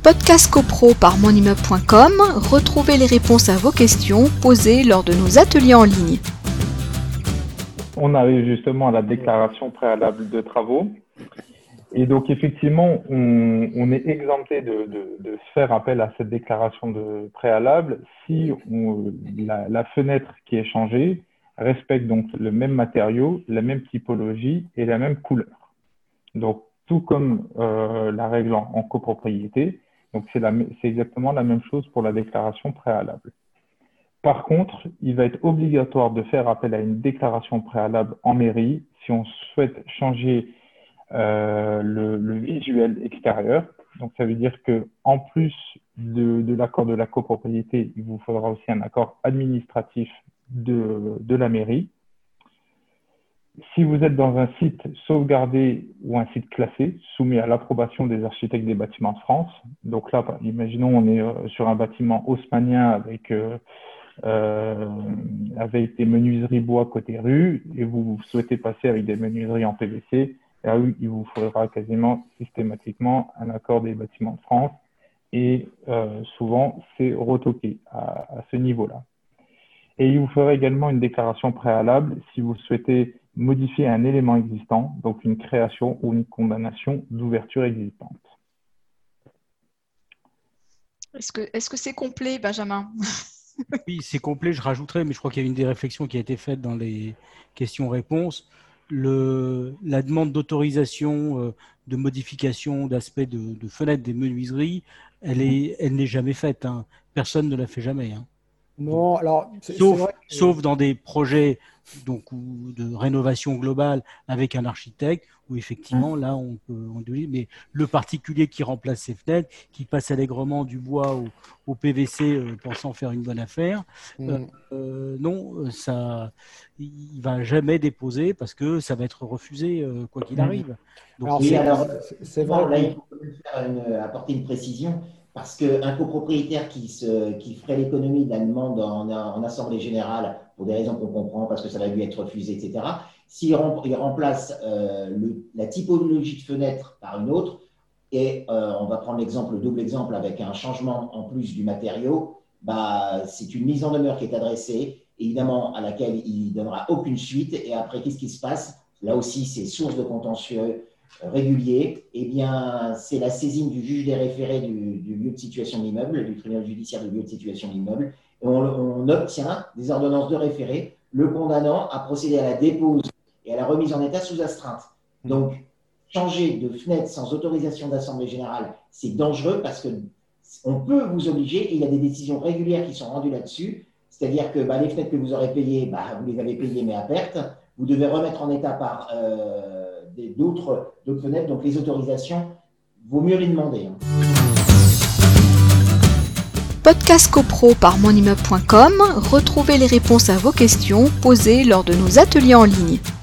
Podcast CoPro par monimmeuble.com, retrouvez les réponses à vos questions posées lors de nos ateliers en ligne. On arrive justement à la déclaration préalable de travaux. Et donc, effectivement, on est exempté de faire appel à cette déclaration de préalable si la fenêtre qui est changée respecte donc le même matériau, la même typologie et la même couleur. Donc, tout comme la règle en copropriété, donc c'est exactement la même chose pour la déclaration préalable. Par contre, il va être obligatoire de faire appel à une déclaration préalable en mairie si on souhaite changer le visuel extérieur. Donc, ça veut dire qu'en plus de l'accord de la copropriété, il vous faudra aussi un accord administratif de la mairie. Si vous êtes dans un site sauvegardé ou un site classé, soumis à l'approbation des architectes des bâtiments de France, donc là, imaginons on est sur un bâtiment haussmannien avec des menuiseries bois côté rue et vous souhaitez passer avec des menuiseries en PVC, là oui, il vous faudra quasiment systématiquement un accord des bâtiments de France et souvent c'est retoqué à ce niveau-là. Et il vous faudra également une déclaration préalable si vous souhaitez modifier un élément existant, donc une création ou une condamnation d'ouverture existante. Est-ce que c'est complet, Benjamin? Oui, c'est complet, je rajouterai, mais je crois qu'il y a une des réflexions qui a été faite dans les questions-réponses. La demande d'autorisation de modification d'aspect de fenêtre des menuiseries, elle n'est jamais faite. Hein. Personne ne la fait jamais. Hein. Non, alors sauf dans des projets ou de rénovation globale avec un architecte où effectivement là on peut mais le particulier qui remplace ses fenêtres, qui passe allègrement du bois au PVC pensant faire une bonne affaire, non, ça il va jamais déposer parce que ça va être refusé quoi qu'il arrive. Donc, c'est vrai. Là, il faut apporter une précision. Parce qu'un copropriétaire qui ferait l'économie de la demande en assemblée générale, pour des raisons qu'on comprend, parce que ça va lui être refusé, etc., s'il remplace la typologie de fenêtre par une autre, et on va prendre le double exemple avec un changement en plus du matériau, c'est une mise en demeure qui est adressée, évidemment, à laquelle il ne donnera aucune suite. Et après, qu'est-ce qui se passe? Là aussi, c'est source de contentieux régulier, eh bien, c'est la saisine du juge des référés du lieu de situation de l'immeuble, du tribunal judiciaire du lieu de situation de l'immeuble, et on obtient des ordonnances de référé, le condamnant à procéder à la dépose et à la remise en état sous astreinte. Donc, changer de fenêtre sans autorisation d'assemblée générale, c'est dangereux parce qu'on peut vous obliger, et il y a des décisions régulières qui sont rendues là-dessus, c'est-à-dire que les fenêtres que vous aurez payées, vous les avez payées mais à perte, vous devez remettre en état par d'autres fenêtres, donc les autorisations, vaut mieux les demander. Hein. Podcast CoPro par monimmeuble.com, retrouvez les réponses à vos questions posées lors de nos ateliers en ligne.